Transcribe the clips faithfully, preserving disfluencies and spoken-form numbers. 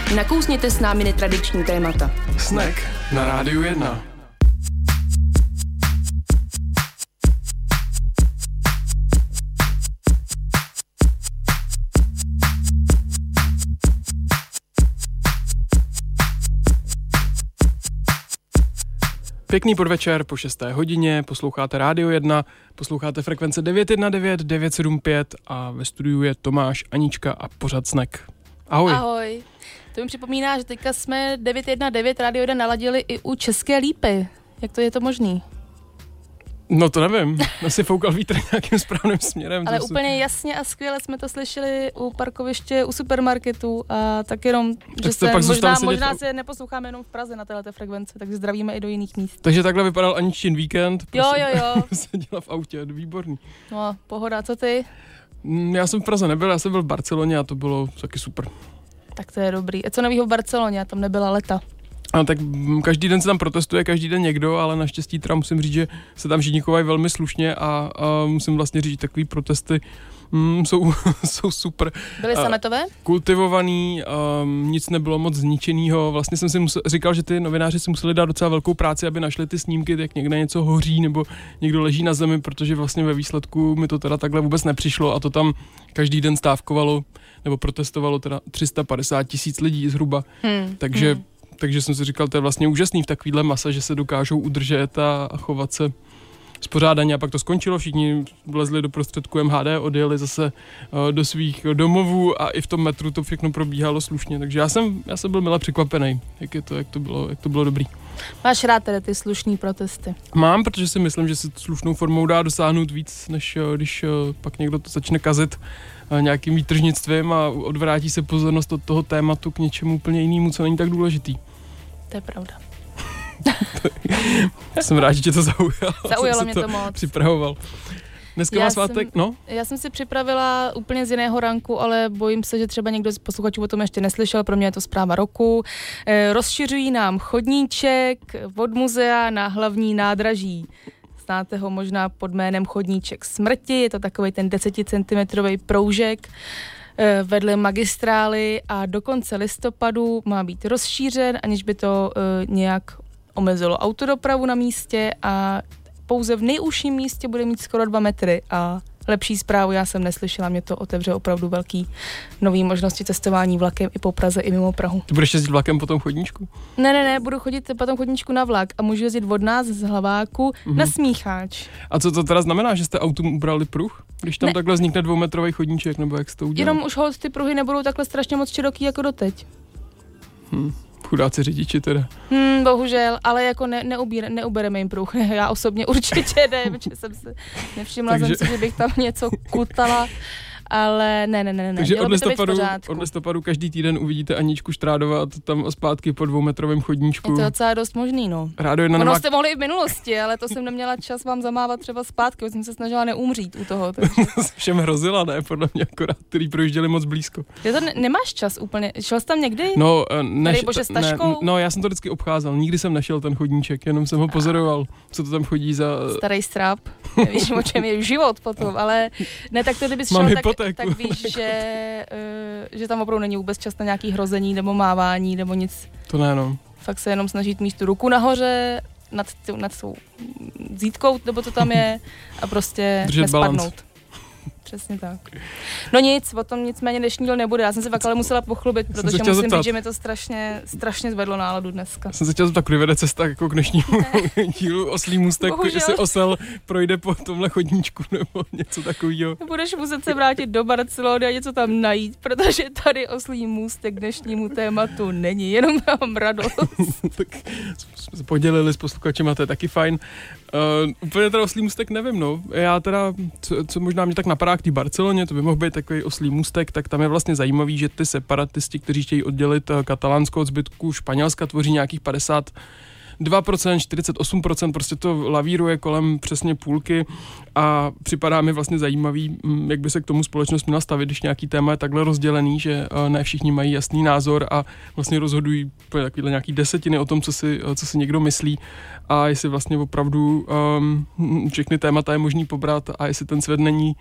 Nakousněte s námi netradiční témata. Snack na Rádiu jedna. Pěkný podvečer po šesté hodině, posloucháte Rádio jedna, posloucháte frekvence devět jedna devět, devět sedm pět a ve studiu je Tomáš, Anička a pořad Snack. Ahoj. Ahoj. To mi připomíná, že teďka jsme devět jedna devět Rádio jedna naladili i u České Lípy. Jak to je to možný? No to nevím, asi foukal vítr nějakým správným směrem. Ale úplně si... jasně a skvěle jsme to slyšeli u parkoviště, u supermarketu a tak jenom, tak že se možná, možná se neposloucháme jenom v Praze na této frekvenci, takže zdravíme i do jiných míst. Takže takhle vypadal Aničin víkend. Jo, jo, jo. Seděla v autě, výborný. No, pohoda, co ty? Já jsem v Praze nebyl, já jsem byl v Barceloně a to bylo taky super. Tak to je dobrý. A co novýho v Barceloně? Tam nebyla leta. A tak každý den se tam protestuje, každý den někdo, ale naštěstí teda musím říct, že se tam všichni chovají velmi slušně a, a musím vlastně říct, že takový protesty mm, jsou, jsou super. Byly sametové? Kultivovaný, um, nic nebylo moc zničenýho. Vlastně jsem si musel, říkal, že ty novináři si museli dát docela velkou práci, aby našli ty snímky, jak někde něco hoří nebo někdo leží na zemi, protože vlastně ve výsledku mi to teda takhle vůbec nepřišlo a to tam každý den stávkovalo nebo protestovalo teda tři sta padesát tisíc lidí zhruba. Hmm. Takže hmm. Takže jsem si říkal, to je vlastně úžasný v takovýhle masa, že se dokážou udržet a, a chovat se spořádaně. A pak to skončilo, všichni vlezli do prostředku M H D, odjeli zase uh, do svých domovů a i v tom metru to všechno probíhalo slušně. Takže já jsem, já jsem byl mile překvapený, jak, je to, jak, to bylo, jak to bylo dobrý. Máš rád tedy ty slušný protesty? Mám, protože si myslím, že se slušnou formou dá dosáhnout víc, než uh, když uh, pak někdo to začne kazit uh, nějakým výtržnictvím a odvrátí se pozornost od toho tématu k něčemu úplně jinému, co není tak důležitý. To je pravda. Jsem rád, že tě to zaujalo. Zaujalo mě to, to moc. Připravoval. Dneska má svátek, no? Já jsem si připravila úplně z jiného ranku, ale bojím se, že třeba někdo z posluchačů o tom ještě neslyšel, pro mě je to zpráva roku. E, rozšiřují nám chodníček od muzea na hlavní nádraží. Znáte ho možná pod jménem chodníček smrti, je to takový ten deseticentimetrový proužek e, vedle magistrály a do konce listopadu má být rozšířen, aniž by to e, nějak omezilo autodopravu na místě a pouze v nejúžším místě bude mít skoro dva metry a lepší zprávu já jsem neslyšela, mě to otevře opravdu velký nový možnosti cestování vlakem i po Praze, i mimo Prahu. Ty budeš jezdit vlakem po tom chodníčku? Ne, ne, ne, budu chodit po tom chodníčku na vlak a můžu jezdit od nás z Hlaváku mm-hmm. na Smícháč. A co to teda znamená, že jste autům ubrali pruh? Když tam ne. takhle vznikne dvoumetrový chodníček, nebo jak jste to udělali? Jenom už holt ty pruhy nebudou takhle strašně moc široký jako doteď. Hm. Chudáci řidiči teda. Hmm, bohužel, ale jako ne, neubír, neubereme jim pruh. Já osobně určitě ne, protože jsem se nevšimla, Takže... jsem si, že bych tam něco kutala, ale ne, ne, ne, ne. Takže od listopadu, od listopadu každý týden uvidíte Aničku štrádovat tam zpátky po dvoumetrovém chodníčku. Je to docela dost možný, no. Rádio jedna ono nemá... jste mohli i v minulosti, ale to jsem neměla čas vám zamávat třeba zpátky, protože jsem se snažila neumřít u toho. Takže... Všem hrozila, ne? Podle mě akorát, který projížděli moc blízko. Je to ne- nemáš čas úplně? Šel jsi tam někdy? No, neš... Bože, s taškou? Ne, no, já jsem to vždycky obcházel, nikdy jsem našel ten chodníček, jenom jsem ho pozoroval, co to tam chodí za... Starý stráp, nevíš, o čem je život potom, ale ne, tak to kdybys šel, tak, tak víš, že, uh, že tam opravdu není vůbec čas na nějaký hrození nebo mávání nebo nic. To ne, no. Fakt se jenom snažit mít tu ruku nahoře, nad, tě, nad tou zítkou, nebo to tam je a prostě držet nespadnout. Balans. Přesně tak. No nic, o tom nicméně dnešní díl nebude. Já jsem se fakt ale musela pochlubit, protože musím zeptat. říct, že mi to strašně, strašně zvedlo náladu dneska. Jsem se chtěla zeptat, kudy vede cesta jako k dnešnímu dílu Oslý můstek, jestli osel projde po tomhle chodníčku nebo něco takového. Budeš muset se vrátit do Barcelony a něco tam najít, protože tady Oslý můstek k dnešnímu tématu není, jenom mám radost. Tak jsme se podělili s posluchačem a to je taky fajn. Uh, úplně teda Oslý můstek nevím, no. Já teda, co, co možná mě tak napadá k té Barceloně, to by mohl být takový Oslý můstek, tak tam je vlastně zajímavý, že ty separatisti, kteří chtějí oddělit Katalánsko od zbytku Španělska, tvoří nějakých padesát dva procent, čtyřicet osm procent, prostě to lavíruje kolem přesně půlky a připadá mi vlastně zajímavý, jak by se k tomu společnost měla stavit, když nějaký téma je takhle rozdělený, že ne všichni mají jasný názor a vlastně rozhodují takovýhle nějaký desetiny o tom, co si, co si někdo myslí a jestli vlastně opravdu um, všechny témata je možný pobrat a jestli ten svět není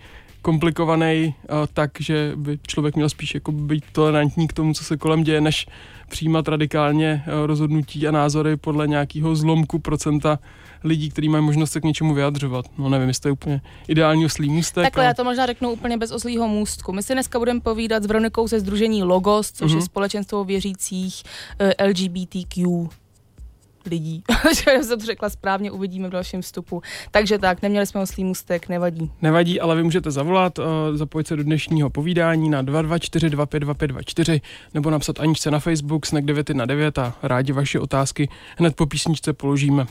komplikovaný tak, že by člověk měl spíš jako být tolerantní k tomu, co se kolem děje, než přijímat radikálně rozhodnutí a názory podle nějakého zlomku procenta lidí, kteří mají možnost se k něčemu vyjadřovat. No nevím, jestli to je úplně ideální oslý můstek. Takhle ale... já to možná řeknu úplně bez oslýho můstku. My si dneska budeme povídat s Veronikou ze sdružení Logos, což mm-hmm. je společenstvo věřících uh, L G B T Q lidí. Že jsem to řekla správně, uvidíme v dalším vstupu. Takže tak, neměli jsme oslý můstek, nevadí. Nevadí, ale vy můžete zavolat, uh, zapojit se do dnešního povídání na dva dva čtyři dva pět dva pět dva čtyři nebo napsat Aničce na Facebook Snack devět jedna devět a rádi vaše otázky hned po písničce položíme.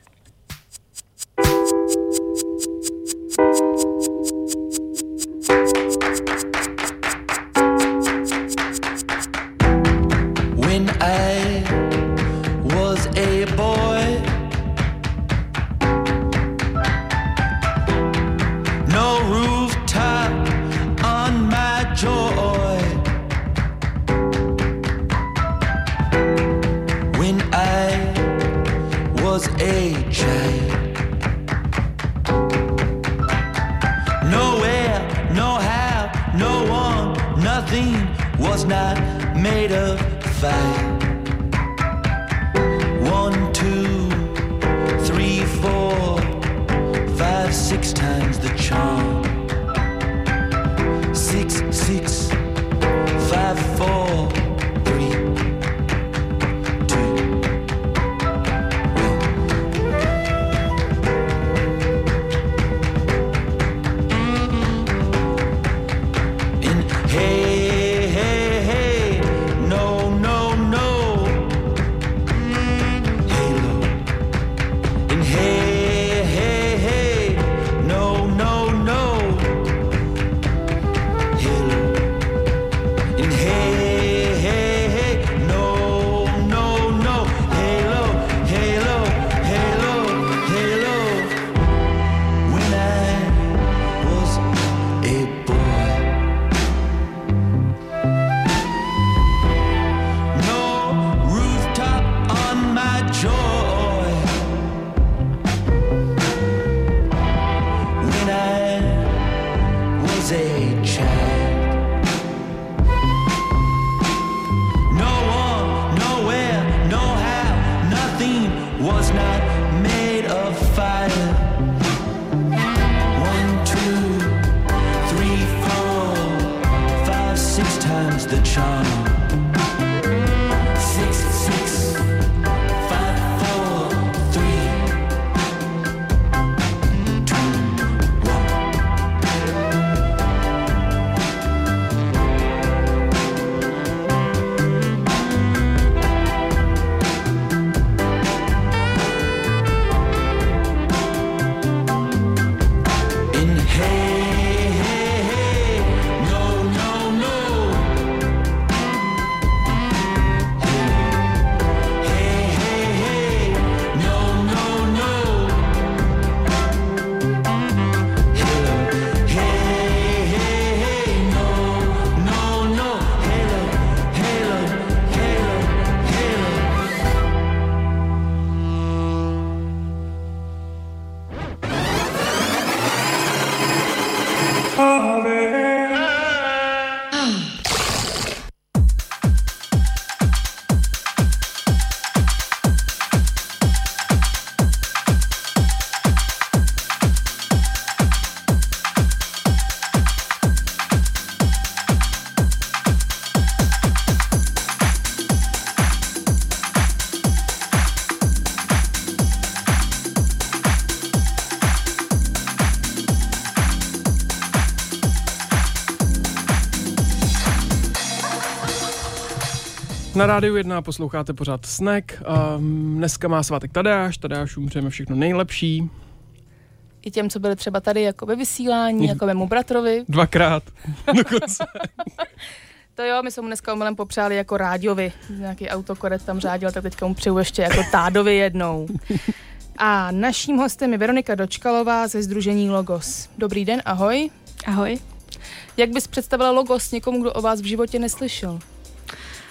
When I was a boy, no rooftop on my joy. When I was a child, nowhere, no how, no one, nothing was not made of fire. One, two, three, four, five, six times the charm. Six, six, five, four, three, two, one. And hey, hey, hey, no, no, no. Halo. And hey, hey, hey, no, no, no. Halo. And hey, hey, hey, no, no, no. Halo, halo, halo, halo. When I was a boy, no rooftop on my joy. When I was a child, no one, nowhere, no how, nothing was not made of fire. One, two, three, four, five, six times the charm. Six, six, five, four, three, two, one. And hey, hey, hey, no, no, no. Hey, hey, hey, no, no, no. Hello, hey, hey, hey, no, no, no. Hello, hello, hello, hello. Na Rádiu jedna posloucháte pořád Snack. Um, dneska má svátek Tadeáš, Tadeášům přejeme všechno nejlepší. I těm, co byli třeba tady jako ve vysílání, jako mému bratrovi. Dvakrát dokonce. To jo, my jsme mu dneska omylem popřáli jako Rádiovi. Nějaký autokorekt tam řádil, tak teďka mu přeju ještě jako Tádovi jednou. A naším hostem je Veronika Dočkalová ze sdružení Logos. Dobrý den, ahoj. Ahoj. Jak bys představila Logos někomu, kdo o vás v životě neslyšel?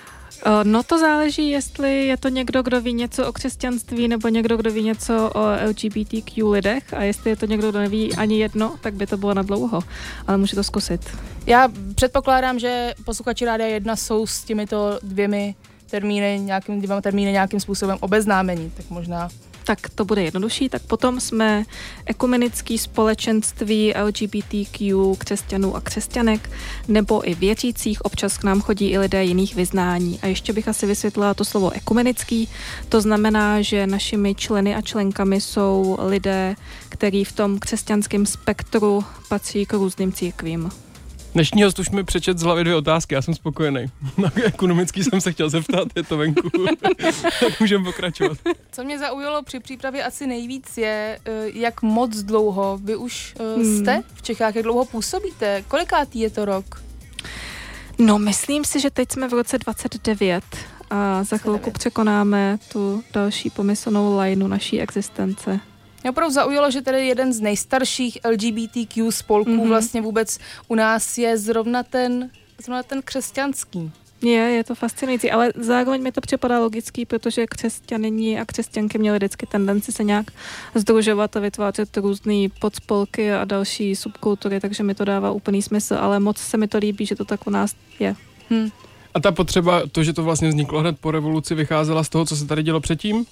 No to záleží, jestli je to někdo, kdo ví něco o křesťanství, nebo někdo, kdo ví něco o L G B T Q lidech, a jestli je to někdo, kdo neví ani jedno, tak by to bylo na dlouho, ale může to zkusit. Já předpokládám, že posluchači Rádia jedna jsou s těmito dvěmi termíny, nějakým dvěma termíny nějakým způsobem obeznámení, tak možná... Tak to bude jednodušší, tak potom jsme ekumenický společenství L G B T Q křesťanů a křesťanek, nebo i věřících, občas k nám chodí i lidé jiných vyznání. A ještě bych asi vysvětlila to slovo ekumenický, to znamená, že našimi členy a členkami jsou lidé, kteří v tom křesťanském spektru patří k různým církvím. Dnešní host už mi přečet z hlavy dvě otázky, já jsem spokojený. Na ekonomický jsem se chtěl zeptat, je to venku. Tak můžeme pokračovat. Co mě zaujalo při přípravě asi nejvíc je, jak moc dlouho vy už jste v Čechách, jak dlouho působíte, kolikátý je to rok? No, myslím si, že teď jsme v roce dvacet devět a za chvilku překonáme tu další pomyslnou lajnu naší existence. Mě opravdu zaujalo, že tady jeden z nejstarších L G B T Q spolků mm-hmm. vlastně vůbec u nás je zrovna ten, zrovna ten křesťanský. Je, je to fascinující, ale zároveň mi to připadá logický, protože křesťané a křesťanky měly vždycky tendenci se nějak sdružovat a vytvářet různé podspolky a další subkultury, takže mi to dává úplný smysl, ale moc se mi to líbí, že to tak u nás je. Hmm. A ta potřeba, to, že to vlastně vzniklo hned po revoluci, vycházela z toho, co se tady dělo předtím?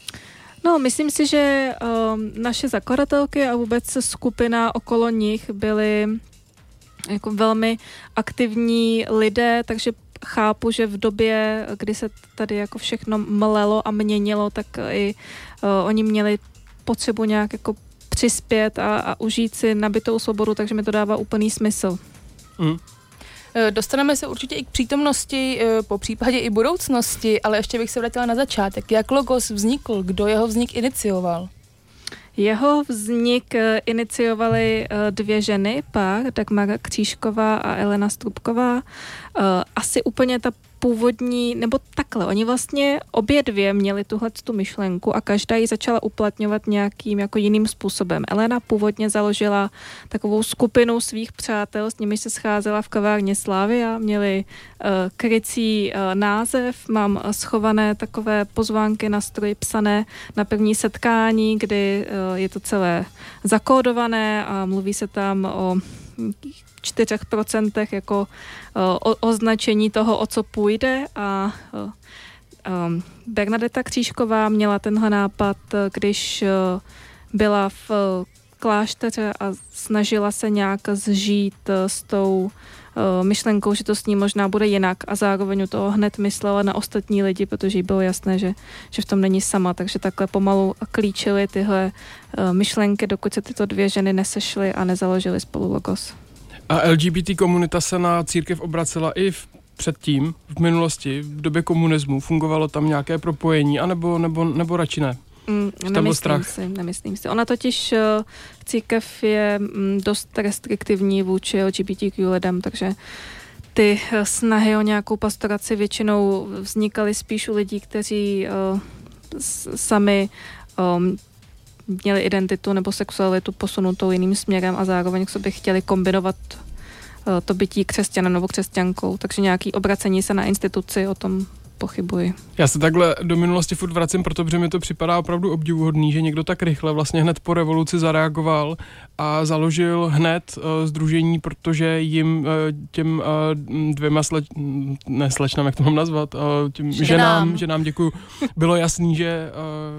No, myslím si, že um, naše zakladatelky a vůbec skupina okolo nich byly jako velmi aktivní lidé, takže chápu, že v době, kdy se tady jako všechno mlelo a měnilo, tak i uh, oni měli potřebu nějak jako přispět a, a užít si nabitou svobodu, takže mi to dává úplný smysl. Mm. Dostaneme se určitě i k přítomnosti, po případě i budoucnosti, ale ještě bych se vrátila na začátek. Jak Logos vznikl? Kdo jeho vznik inicioval? Jeho vznik iniciovali dvě ženy, pár, Dagmara Křížková a Elena Strubková. Asi úplně ta původní, nebo takhle, oni vlastně obě dvě měly tuhle tu myšlenku a každá ji začala uplatňovat nějakým jako jiným způsobem. Elena původně založila takovou skupinu svých přátel, s nimi se scházela v kavárně Slávy a měli uh, krycí uh, název. Mám schované takové pozvánky na stroji psané na první setkání, kdy uh, je to celé zakódované a mluví se tam o čtyřech procentech jako o, označení toho, o co půjde, a um, Bernadeta Křížková měla tenhle nápad, když uh, byla v klášteře a snažila se nějak zžít s tou uh, myšlenkou, že to s ní možná bude jinak, a zároveň u toho hned myslela na ostatní lidi, protože jí bylo jasné, že, že v tom není sama, takže takhle pomalu klíčily tyhle uh, myšlenky, dokud se tyto dvě ženy nesešly a nezaložily spolu Logos. A L G B T komunita se na církev obracela i v, předtím, v minulosti, v době komunismu. Fungovalo tam nějaké propojení, anebo, nebo, nebo radši ne? Mm, nemyslím si, nemyslím si. Ona totiž, uh, církev je um, dost restriktivní vůči L G B T Q lidem, takže ty uh, snahy o nějakou pastoraci většinou vznikaly spíš u lidí, kteří uh, s, sami um, měli identitu nebo sexualitu posunutou jiným směrem a zároveň k sobě chtěli kombinovat uh, to bytí křesťanem nebo křesťankou, takže nějaký obracení se na instituci, o tom pochybuji. Já se takhle do minulosti furt vracím, protože mi to připadá opravdu obdivuhodný, že někdo tak rychle vlastně hned po revoluci zareagoval a založil hned uh, sdružení, protože jim uh, těm uh, dvěma sleč... ne slečnám, jak to mám nazvat, uh, těm ženám, ženám, ženám děkuju, bylo jasný, že,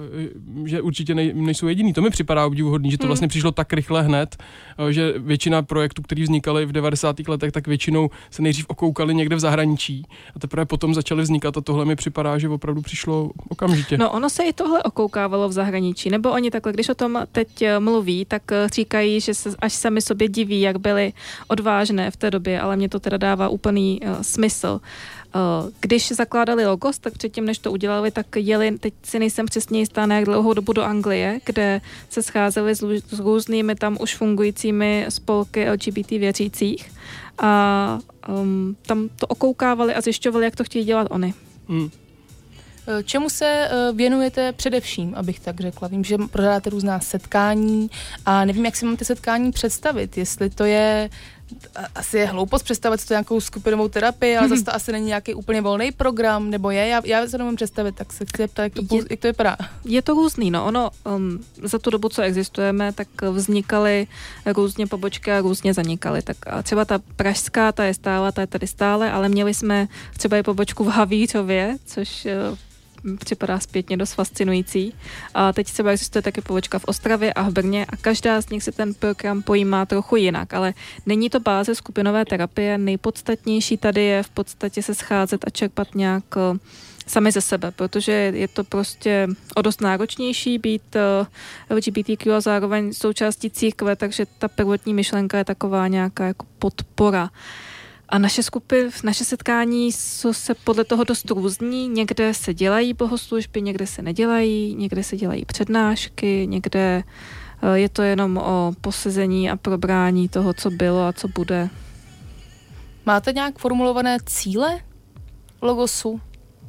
uh, že určitě nej, nejsou jediný. To mi připadá obdivuhodný, že to vlastně přišlo tak rychle hned, uh, že většina projektů, které vznikaly v devadesátých letech, tak většinou se nejdřív okoukali někde v zahraničí a teprve potom začaly vznikat, a tohle mi připadá, že opravdu přišlo okamžitě. No, ono se i tohle okoukávalo v zahraničí, nebo oni takhle, když o tom teď mluví, tak říkají, že se až sami sobě diví, jak byly odvážné v té době, ale mě to teda dává úplný uh, smysl. Uh, když zakládali Logos, tak předtím, než to udělali, tak jeli, teď si nejsem přesně jistá, na jak dlouhou dobu do Anglie, kde se scházeli s, s různými tam už fungujícími spolky L G B T věřících a um, tam to okoukávali a zjišťovali, jak to chtějí dělat oni. Hmm. Čemu se věnujete především, abych tak řekla? Vím, že pořádáte různá setkání a nevím, jak si mám ty setkání představit. Jestli to je Asi je hloupost představit si to nějakou skupinovou terapii, ale zase to asi není nějaký úplně volný program, nebo je, já, já se nemůžu představit, tak se chci ptát, jak to, je, jak to vypadá. Je to různý, no ono um, za tu dobu, co existujeme, tak vznikaly různě pobočky a různě zanikaly, tak třeba ta pražská, ta je stála, ta je tady stále, ale měli jsme třeba i pobočku v Havířově, což uh, připadá zpětně dost fascinující. A teď třeba existuje také pobočka v Ostravě a v Brně a každá z nich se ten program pojímá trochu jinak, ale není to báze skupinové terapie. Nejpodstatnější tady je v podstatě se scházet a čerpat nějak sami ze sebe, protože je to prostě o dost náročnější být L G B T Q a zároveň součástí církve, takže ta prvotní myšlenka je taková nějaká jako podpora. A naše skupy, naše setkání se podle toho dost různí. Někde se dělají bohoslužby, někde se nedělají, někde se dělají přednášky, někde je to jenom o posezení a probrání toho, co bylo a co bude. Máte nějak formulované cíle Logosu?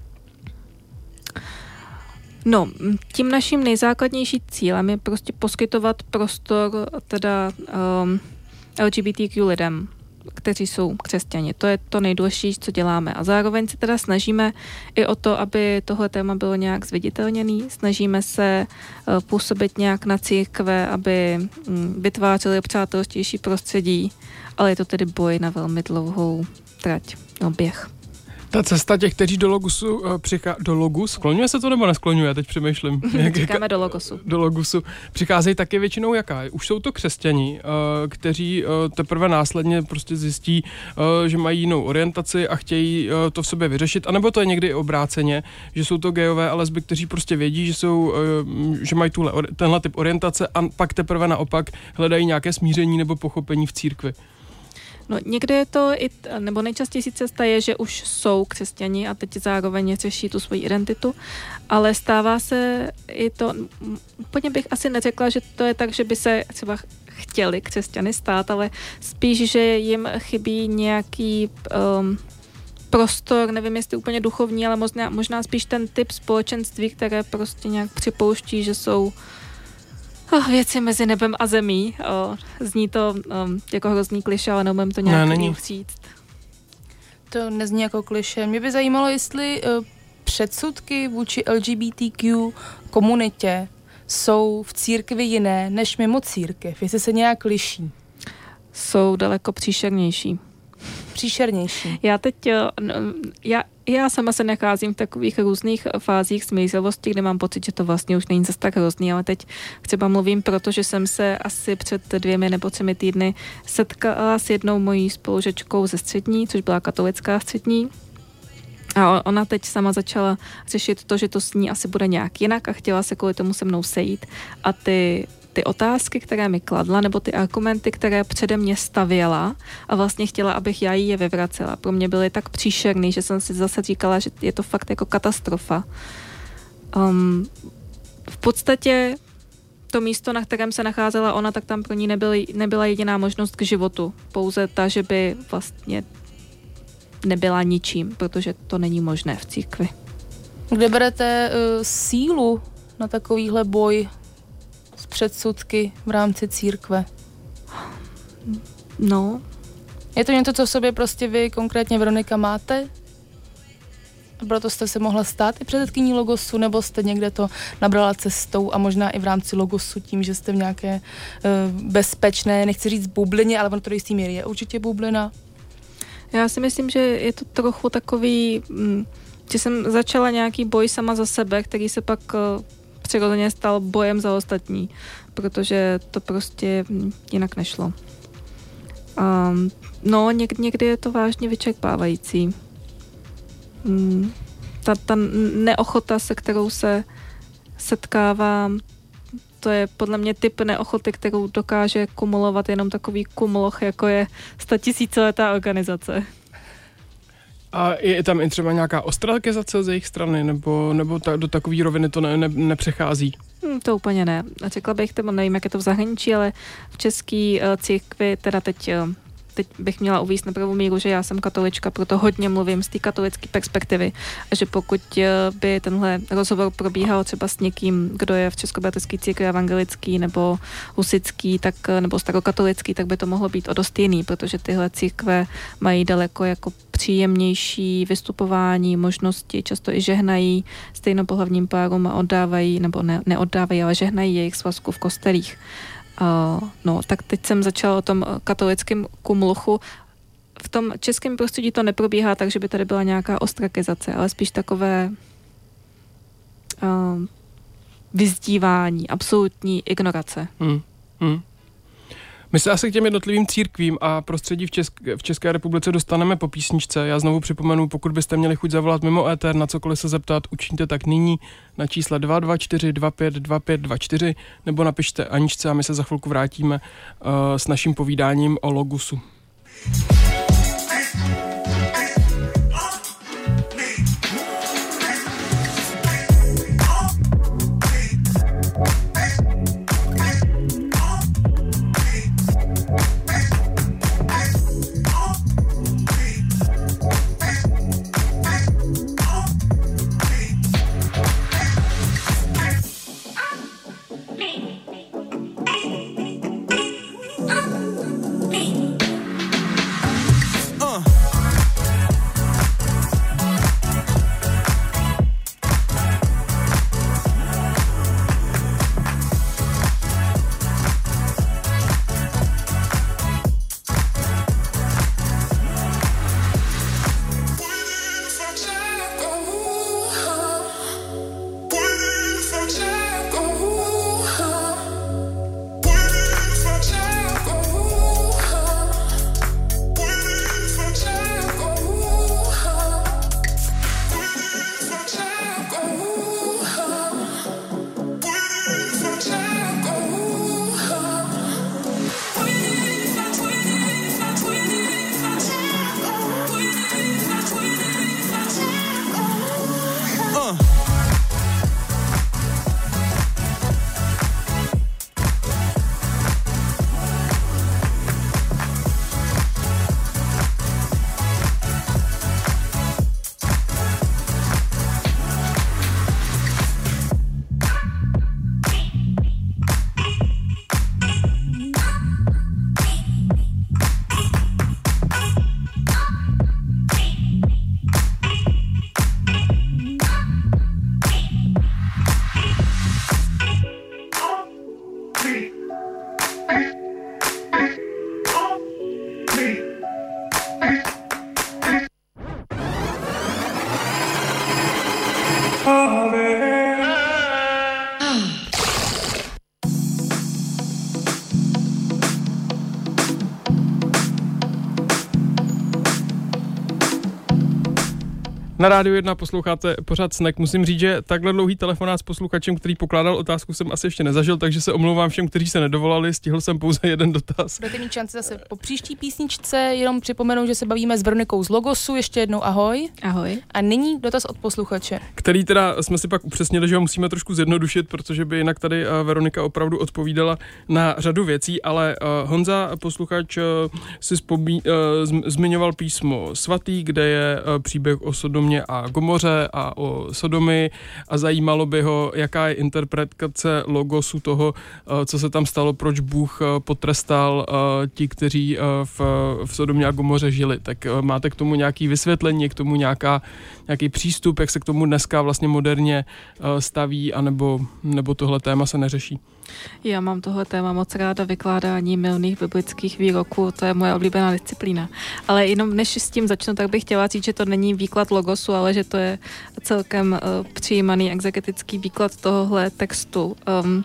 No, tím naším nejzákladnější cílem je prostě poskytovat prostor teda um, L G B T Q lidem, kteří jsou křesťani. To je to nejdůležitější, co děláme. A zároveň se teda snažíme i o to, aby tohle téma bylo nějak zviditelněný. Snažíme se uh, působit nějak na církve, aby um, vytvářeli přátelštější prostředí, ale je to tedy boj na velmi dlouhou trať, no běh. Ta cesta těch, kteří do Logusu uh, přichá... Do Logu? Skloňuje se to nebo neskloňuje? Já teď přemýšlím. Říkáme do Logosu. Do Logusu. Přicházejí taky většinou jaká? Už jsou to křesťani, uh, kteří uh, teprve následně prostě zjistí, uh, že mají jinou orientaci a chtějí uh, to v sobě vyřešit, anebo to je někdy obráceně, že jsou to gejové a lesby, kteří prostě vědí, že jsou, uh, že mají tuhle, tenhle typ orientace a pak teprve naopak hledají nějaké smíření nebo pochopení v církvi. No někde je to, i, nebo nejčastější cesta je, že už jsou křesťani a teď zároveň řeší tu svoji identitu, ale stává se i to, úplně bych asi neřekla, že to je tak, že by se třeba chtěli křesťany stát, ale spíš, že jim chybí nějaký um, prostor, nevím, jestli úplně duchovní, ale možná, možná spíš ten typ společenství, které prostě nějak připouští, že jsou Oh, věci mezi nebem a zemí. Oh, zní to um, jako hrozný klišé, ale neumím to nějak ne, říct. To nezní jako klišé. Mě by zajímalo, jestli uh, předsudky vůči L G B T Q komunitě jsou v církvi jiné než mimo církev. Jestli se nějak liší. Jsou daleko příšernější. Příšernější. Já teď, já, já sama se nacházím v takových různých fázích smířivosti, kde mám pocit, že to vlastně už není zase tak hrozný, ale teď třeba mluvím, protože jsem se asi před dvěmi nebo třemi týdny setkala s jednou mojí spolužečkou ze střední, což byla katolická střední. A ona teď sama začala řešit to, že to s ní asi bude nějak jinak a chtěla se kvůli tomu se mnou sejít. A ty ty otázky, které mi kladla, nebo ty argumenty, které přede mě stavěla a vlastně chtěla, abych já jí je vyvracela. Pro mě byly tak příšerný, že jsem si zase říkala, že je to fakt jako katastrofa. Um, v podstatě to místo, na kterém se nacházela ona, tak tam pro ní nebyly, nebyla jediná možnost k životu. Pouze ta, že by vlastně nebyla ničím, protože to není možné v církvi. Kde berete uh, sílu na takovýhle boj s předsudky v rámci církve? No. Je to něco, co v sobě prostě vy, konkrétně Veronika, máte? A proto jste se mohla stát i předsedkyní Logosu, nebo jste někde to nabrala cestou a možná i v rámci Logosu tím, že jste v nějaké uh, bezpečné, nechci říct bublině, ale ono to do jistý míry je určitě bublina. Já si myslím, že je to trochu takový, že jsem začala nějaký boj sama za sebe, který se pak přirozeně stal bojem za ostatní, protože to prostě jinak nešlo. Um, no, někdy, někdy je to vážně vyčerpávající. Um, ta, ta neochota, se kterou se setkávám, to je podle mě typ neochoty, kterou dokáže kumulovat jenom takový kumloch, jako je statisíciletá organizace. A je tam i třeba nějaká ostrakizace z jejich strany, nebo, nebo ta, do takové roviny to ne, ne, nepřechází? Hmm, to úplně ne. A řekla bych, nebo nevím, jak je to v zahraničí, ale v české uh, církvi teda teď uh, teď bych měla uvést na pravou míru, že já jsem katolička, proto hodně mluvím z té katolické perspektivy a že pokud by tenhle rozhovor probíhal třeba s někým, kdo je v Českobratrské církvi evangelický nebo husitský, tak, nebo starokatolický, tak by to mohlo být o dost jiný, protože tyhle církve mají daleko jako příjemnější vystupování, možnosti, často i žehnají stejnopohlavním párům a oddávají, nebo ne, neoddávají, ale žehnají jejich svazku v kostelích. Uh, no, tak teď jsem začala o tom katolickém kumluchu. V tom českém prostředí to neprobíhá tak, že by tady byla nějaká ostrakizace, ale spíš takové uh, vyzdívání, absolutní ignorace. Hmm. Hmm. My se asi k těm jednotlivým církvím a prostředí v, Česk- v České republice dostaneme po písničce. Já znovu připomenu, pokud byste měli chuť zavolat mimo éter, na cokoliv se zeptat, učiňte tak nyní na čísle dva dva čtyři dva pět dva pět dva čtyři nebo napište Aničce a my se za chvilku vrátíme uh, s naším povídáním o Logusu. Na Rádiu jedna posloucháte pořád Snack. Musím říct, že takhle dlouhý telefonát s posluchačem, který pokládal otázku, jsem asi ještě nezažil, takže se omlouvám všem, kteří se nedovolali. Stihl jsem pouze jeden dotaz. Budete mít šanci zase po příští písničce, jenom připomenu, že se bavíme s Veronikou z Logosu. Ještě jednou ahoj. Ahoj. A nyní dotaz od posluchače. Který teda jsme si pak upřesnili, že ho musíme trošku zjednodušit, protože by jinak tady Veronika opravdu odpovídala na řadu věcí, ale Honza, posluchač, si vzpomí, zmiňoval písmo Svatý, kde je příběh o Sodomě a Gomoře a o Sodomy a zajímalo by ho, jaká je interpretace logosu toho, co se tam stalo, proč Bůh potrestal ti, kteří v, v Sodomě a Gomoře žili. Tak máte k tomu nějaké vysvětlení, k tomu nějaká, nějaký přístup, jak se k tomu dneska vlastně moderně staví, anebo, nebo tohle téma se neřeší? Já mám tohle téma moc ráda, vykládání mylných biblických výroků, to je moje oblíbená disciplína. Ale jenom než s tím začnu, tak bych chtěla říct, že to není výklad logosu, ale že to je celkem uh, přijímaný exegetický výklad tohohle textu. Um,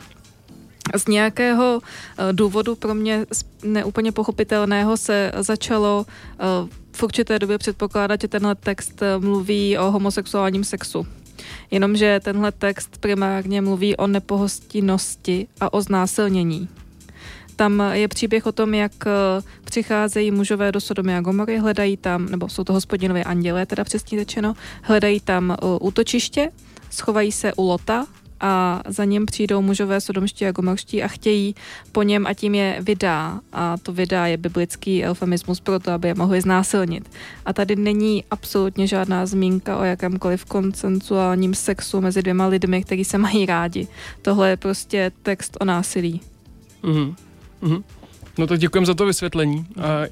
Z nějakého uh, důvodu pro mě neúplně pochopitelného se začalo uh, v určité době předpokládat, že tenhle text uh, mluví o homosexuálním sexu. Jenomže tenhle text primárně mluví o nepohostinnosti a o znásilnění. Tam je příběh o tom, jak přicházejí mužové do Sodomy a Gomory, hledají tam, nebo jsou to Hospodinové andělé, teda přesně řečeno, hledají tam útočiště, schovají se u Lota a za ním přijdou mužové sodomští a gomorští a chtějí po něm a tím je vydá. A to vydá je biblický eufemismus pro to, aby je mohli znásilnit. A tady není absolutně žádná zmínka o jakémkoliv konsensuálním sexu mezi dvěma lidmi, kteří se mají rádi. Tohle je prostě text o násilí. Mhm. Mhm. No tak děkujem za to vysvětlení. A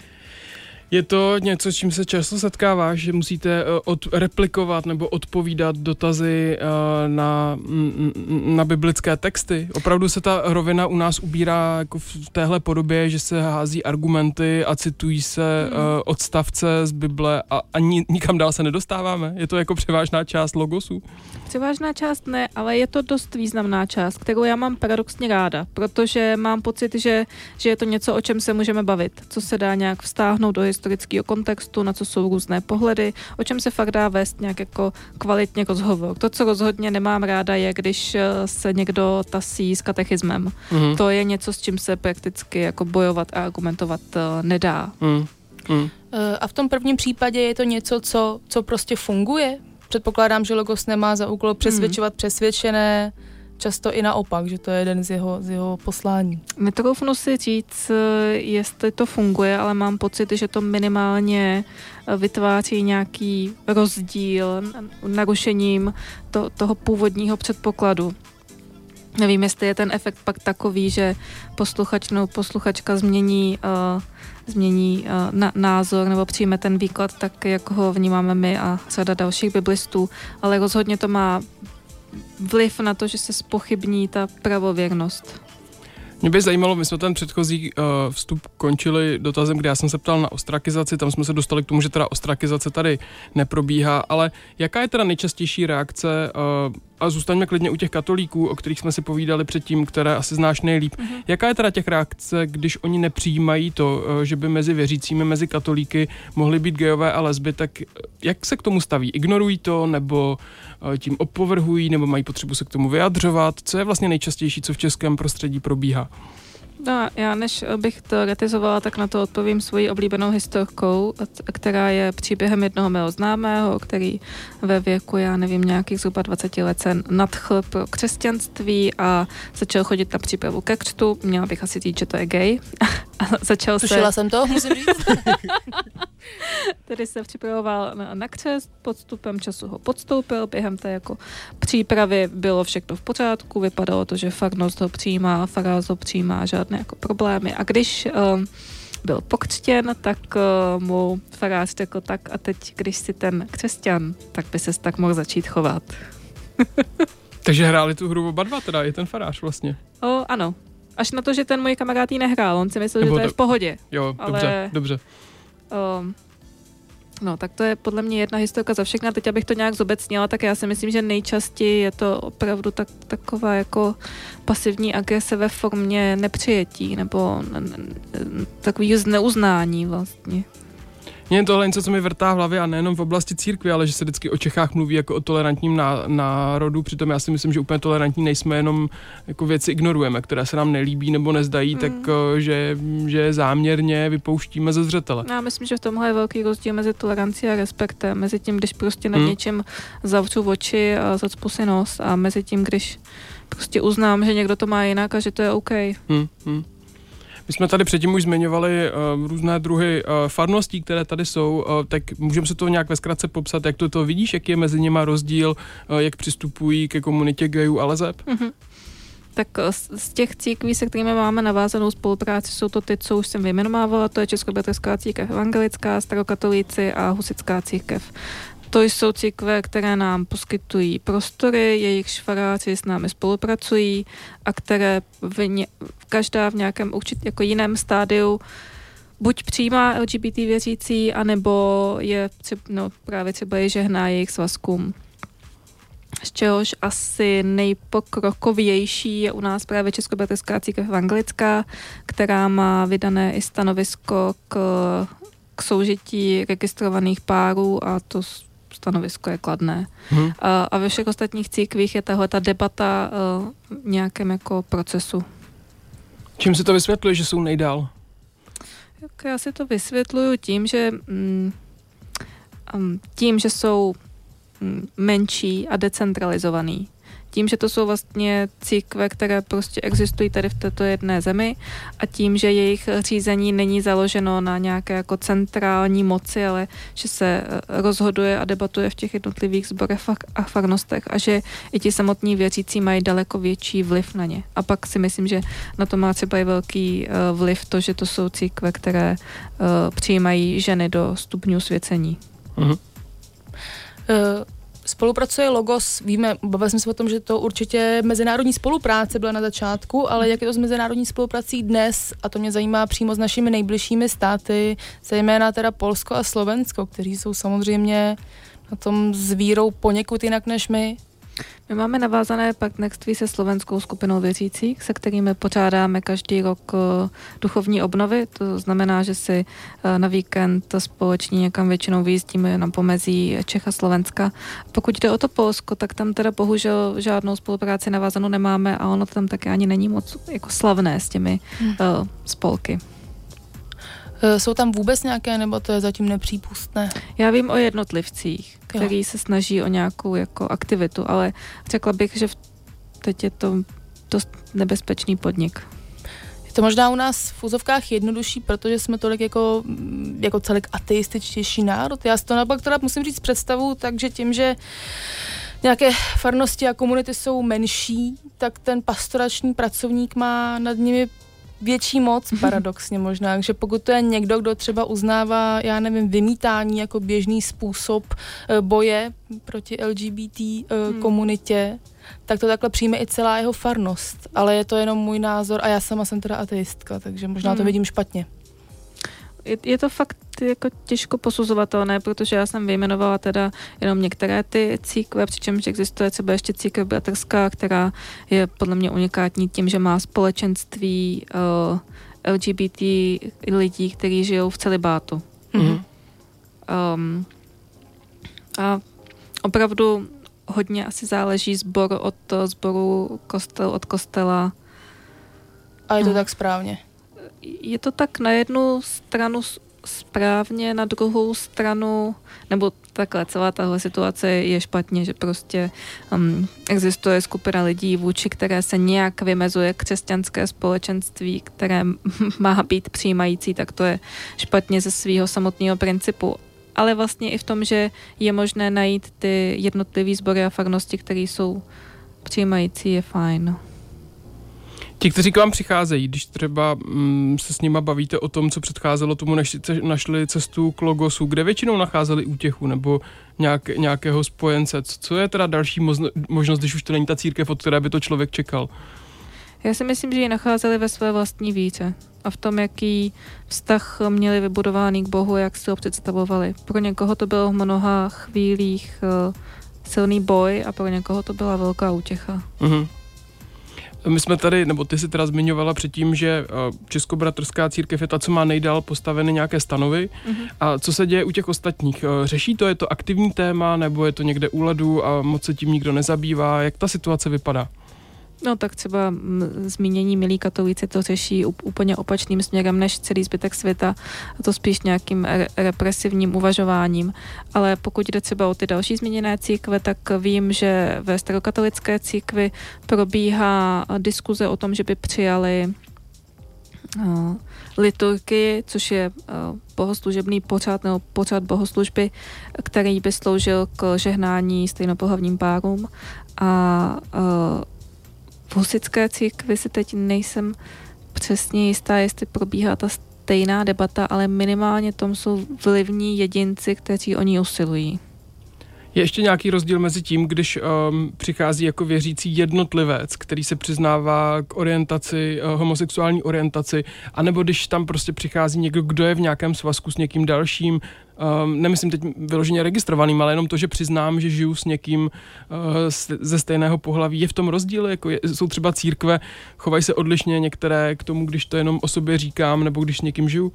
je to něco, s čím se často setkáváš, že musíte odreplikovat nebo odpovídat dotazy na, na biblické texty? Opravdu se ta rovina u nás ubírá jako v téhle podobě, že se hází argumenty a citují se hmm. odstavce z Bible a ani nikam dál se nedostáváme? Je to jako převážná část logosu? Převážná část ne, ale je to dost významná část, kterou já mám paradoxně ráda, protože mám pocit, že, že je to něco, o čem se můžeme bavit, co se dá nějak vztáhnout do historického kontextu, na co jsou různé pohledy, o čem se fakt dá vést nějak jako kvalitně rozhovor. To, co rozhodně nemám ráda, je, když se někdo tasí s katechismem. Mm. To je něco, s čím se prakticky jako bojovat a argumentovat nedá. Mm. Mm. A v tom prvním případě je to něco, co, co prostě funguje? Předpokládám, že Logos nemá za úkol přesvědčovat mm. přesvědčené, často i naopak, že to je jeden z jeho, z jeho poslání. Netroufnu si říct, jestli to funguje, ale mám pocit, že to minimálně vytváří nějaký rozdíl narušením to, toho původního předpokladu. Nevím, jestli je ten efekt pak takový, že posluchač nebo posluchačka změní, uh, změní uh, na, názor nebo přijme ten výklad tak, jak ho vnímáme my a řada dalších biblistů, ale rozhodně to má vliv na to, že se zpochybní ta pravověrnost. Mě by zajímalo, my jsme ten předchozí uh, vstup končili dotazem, kde já jsem se ptal na ostrakizaci, tam jsme se dostali k tomu, že teda ostrakizace tady neprobíhá, ale jaká je teda nejčastější reakce, uh, a zůstaňme klidně u těch katolíků, o kterých jsme si povídali předtím, které asi znáš nejlíp. Mm-hmm. Jaká je teda těch reakce, když oni nepřijímají to, uh, že by mezi věřícími, mezi katolíky mohly být gejové a lesby, tak jak se k tomu staví? Ignorují to, nebo uh, tím opovrhují, nebo mají potřebu se k tomu vyjadřovat? Co je vlastně nejčastější, co v českém prostředí probíhá? No, já než bych to retizovala, tak na to odpovím svojí oblíbenou historkou, která je příběhem jednoho mého známého, který ve věku, já nevím, nějakých zhruba dvacet let se nadchl pro křesťanství a začal chodit na přípravu ke křtu. Měla bych asi říct, že to je gay. A začal se... Tušila jsem to, musím říct. Tedy se připravoval na, na křest, podstupem času ho podstoupil, během té jako přípravy bylo všechno v pořádku, vypadalo to, že farnost ho přijímá, faráz ho přijímá, žádné jako problémy. A když um, byl pokřtěn, tak uh, mu farář řekl tak a teď, když jsi ten křesťan, tak by ses tak mohl začít chovat. Takže hráli tu hru oba dva, teda je ten farář vlastně. O, ano. Až na to, že ten můj kamarád jí nehrál, on si myslel, Nebo že to je v pohodě. Jo, ale, dobře, dobře. Um, no, tak to je podle mě jedna historka za všechna. Teď, abych to nějak zobecnila, tak já si myslím, že nejčastěji je to opravdu tak, taková jako pasivní agrese ve formě nepřijetí nebo takový zneuznání vlastně. Mně tohle něco, co mi vrtá v hlavě a nejenom v oblasti církve, ale že se vždycky o Čechách mluví jako o tolerantním národu, přitom já si myslím, že úplně tolerantní nejsme, jenom jako věci ignorujeme, které se nám nelíbí nebo nezdají, mm. tak že, že záměrně vypouštíme ze zřetele. Já myslím, že v tomhle je velký rozdíl mezi tolerancí a respektem, mezi tím, když prostě nad mm. něčím zavřu oči a zacpu si nos a mezi tím, když prostě uznám, že někdo to má jinak a že to je OK. Mm. Mm. My jsme tady předtím už zmiňovali uh, různé druhy uh, farností, které tady jsou, uh, tak můžeme se to nějak ve zkratce popsat, jak to, to vidíš, jaký je mezi nima rozdíl, uh, jak přistupují ke komunitě gayů a leseb? Mm-hmm. Tak z těch církví, se kterými máme navázanou spolupráci, jsou to ty, co už jsem vyjmenovávala, to je Českobratrská církev evangelická, Starokatolíci a Husitská církev. To jsou církve, které nám poskytují prostory, jejichž faráři s námi spolupracují a které v ně, každá v nějakém určitě jako jiném stádiu buď přijímá L G B T věřící, anebo je no, právě třeba je žehná jejich svazkům. Z čehož asi nejpokrokovější je u nás právě Českobratrská církev evangelická, která má vydané i stanovisko k, k soužití registrovaných párů a to stanovisko je kladné. Hmm. A, a ve všech ostatních církvích je tahle ta debata uh, v nějakém jako procesu. Čím si to vysvětluje, že jsou nejdál? Já si to vysvětluju tím, že mm, um, tím, že jsou mm, menší a decentralizovaný. tím, že to jsou vlastně církve, které prostě existují tady v této jedné zemi a tím, že jejich řízení není založeno na nějaké jako centrální moci, ale že se rozhoduje a debatuje v těch jednotlivých sborech a farnostech a že i ti samotní věřící mají daleko větší vliv na ně. A pak si myslím, že na to má třeba i velký uh, vliv to, že to jsou církve, které uh, přijímají ženy do stupňů svěcení. Mhm. Uh, spolupracuje Logos, víme, bavili jsme se o tom, že to určitě mezinárodní spolupráce byla na začátku, ale jak je to s mezinárodní spoluprací dnes, a to mě zajímá přímo s našimi nejbližšími státy, zejména teda Polsko a Slovensko, kteří jsou samozřejmě na tom s vírou poněkud jinak než my. My máme navázané partnerství se slovenskou skupinou věřících, se kterými pořádáme každý rok duchovní obnovy. To znamená, že si na víkend společně někam většinou vyjízdíme na pomezí Čech a Slovenska. Pokud jde o to Polsko, tak tam teda bohužel žádnou spolupráci navázanou nemáme a ono tam také ani není moc jako slavné s těmi hmm. uh, spolky. Jsou tam vůbec nějaké, nebo to je zatím nepřípustné? Já vím o jednotlivcích, který jo. se snaží o nějakou jako aktivitu, ale řekla bych, že v, teď je to dost nebezpečný podnik. Je to možná u nás v úzovkách jednodušší, protože jsme tolik jako, jako celek ateističtější národ. Já si to naopak teda musím říct představu, takže tím, že nějaké farnosti a komunity jsou menší, tak ten pastorační pracovník má nad nimi větší moc, paradoxně možná, že pokud to je někdo, kdo třeba uznává, já nevím, vymítání jako běžný způsob boje proti L G B T hmm. komunitě, tak to takhle přijme i celá jeho farnost. Ale je to jenom můj názor a já sama jsem teda ateistka, takže možná hmm. to vidím špatně. Je, je to fakt jako těžko posuzovatelné, protože já jsem vyjmenovala teda jenom některé ty církve, přičemž existuje třeba ještě církev bratrská, která je podle mě unikátní tím, že má společenství uh, L G B T lidí, kteří žijou v celibátu. Mm-hmm. Um, a opravdu hodně asi záleží sbor od sboru, kostel od kostela. A je to no. tak správně? Je to tak na jednu stranu správně, na druhou stranu, nebo takhle celá tahle situace je špatně, že prostě um, existuje skupina lidí, vůči které se nějak vymezuje křesťanské společenství, které má být přijímající, tak to je špatně ze svého samotného principu. Ale vlastně i v tom, že je možné najít ty jednotlivé sbory a farnosti, které jsou přijímající, je fajn. Ti, kteří k vám přicházejí, když třeba mm, se s nima bavíte o tom, co předcházelo tomu, než našli cestu k Logosu, kde většinou nacházeli útěchu nebo nějak, nějakého spojence, co, co je teda další možno, možnost, když už to není ta církev, od které by to člověk čekal? Já si myslím, že ji nacházeli ve své vlastní víře a v tom, jaký vztah měli vybudovaný k Bohu, jak si ho představovali. Pro někoho to bylo v mnoha chvílích uh, silný boj a pro někoho to byla velká útěcha. Mhm. My jsme tady, nebo ty si teda zmiňovala předtím, že Českobratrská církev je ta, co má nejdál postaveny nějaké stanovy. Mm-hmm. A co se děje u těch ostatních? Řeší to, je to aktivní téma, nebo je to někde u ledu a moc se tím nikdo nezabývá? Jak ta situace vypadá? No tak třeba m, zmínění milí katolíci to řeší úplně opačným směrem než celý zbytek světa, a to spíš nějakým re- represivním uvažováním. Ale pokud jde třeba o ty další zmíněné církve, tak vím, že ve starokatolické církvi probíhá diskuze o tom, že by přijali uh, liturgii, což je uh, bohoslužebný pořad nebo pořad bohoslužby, který by sloužil k žehnání stejnopohlavním párům. A uh, v husitské církvi si teď nejsem přesně jistá, jestli probíhá ta stejná debata, ale minimálně tom jsou vlivní jedinci, kteří o ní usilují. Je ještě nějaký rozdíl mezi tím, když um, přichází jako věřící jednotlivec, který se přiznává k orientaci, uh, homosexuální orientaci, anebo když tam prostě přichází někdo, kdo je v nějakém svazku s někým dalším, um, nemyslím teď vyloženě registrovaným, ale jenom to, že přiznám, že žiju s někým uh, ze stejného pohlaví. Je v tom rozdíl? Jako je, jsou třeba církve, chovají se odlišně některé k tomu, když to jenom o sobě říkám, nebo když s někým žiju?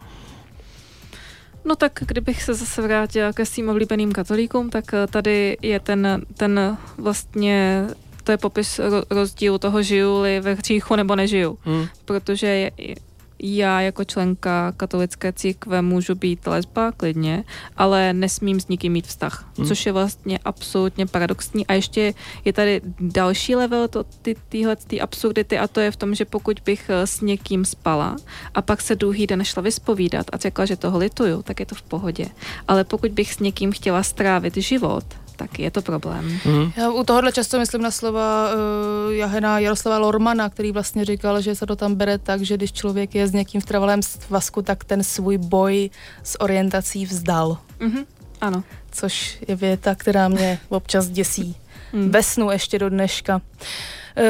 No tak kdybych se zase vrátila ke svým oblíbeným katolíkům, tak tady je ten, ten vlastně, to je popis rozdílu toho, žiju-li ve hříchu nebo nežiju. Hmm. Protože je, já jako členka katolické církve můžu být lesba klidně, ale nesmím s nikým mít vztah, hmm. což je vlastně absolutně paradoxní. A ještě je tady další level to, ty, tyhle ty absurdity a to je v tom, že pokud bych s někým spala a pak se druhý den šla vyspovídat a řekla, že toho lituju, tak je to v pohodě. Ale pokud bych s někým chtěla strávit život, tak je to problém. Mm. Já u tohohle často myslím na slova uh, Jahena Jaroslava Lormana, který vlastně říkal, že se to tam bere tak, že když člověk je s někým v trvalém svazku, tak ten svůj boj s orientací vzdal. Mm-hmm. Ano. Což je věta, která mě občas děsí. Mm. Ve snu ještě do dneška. Uh,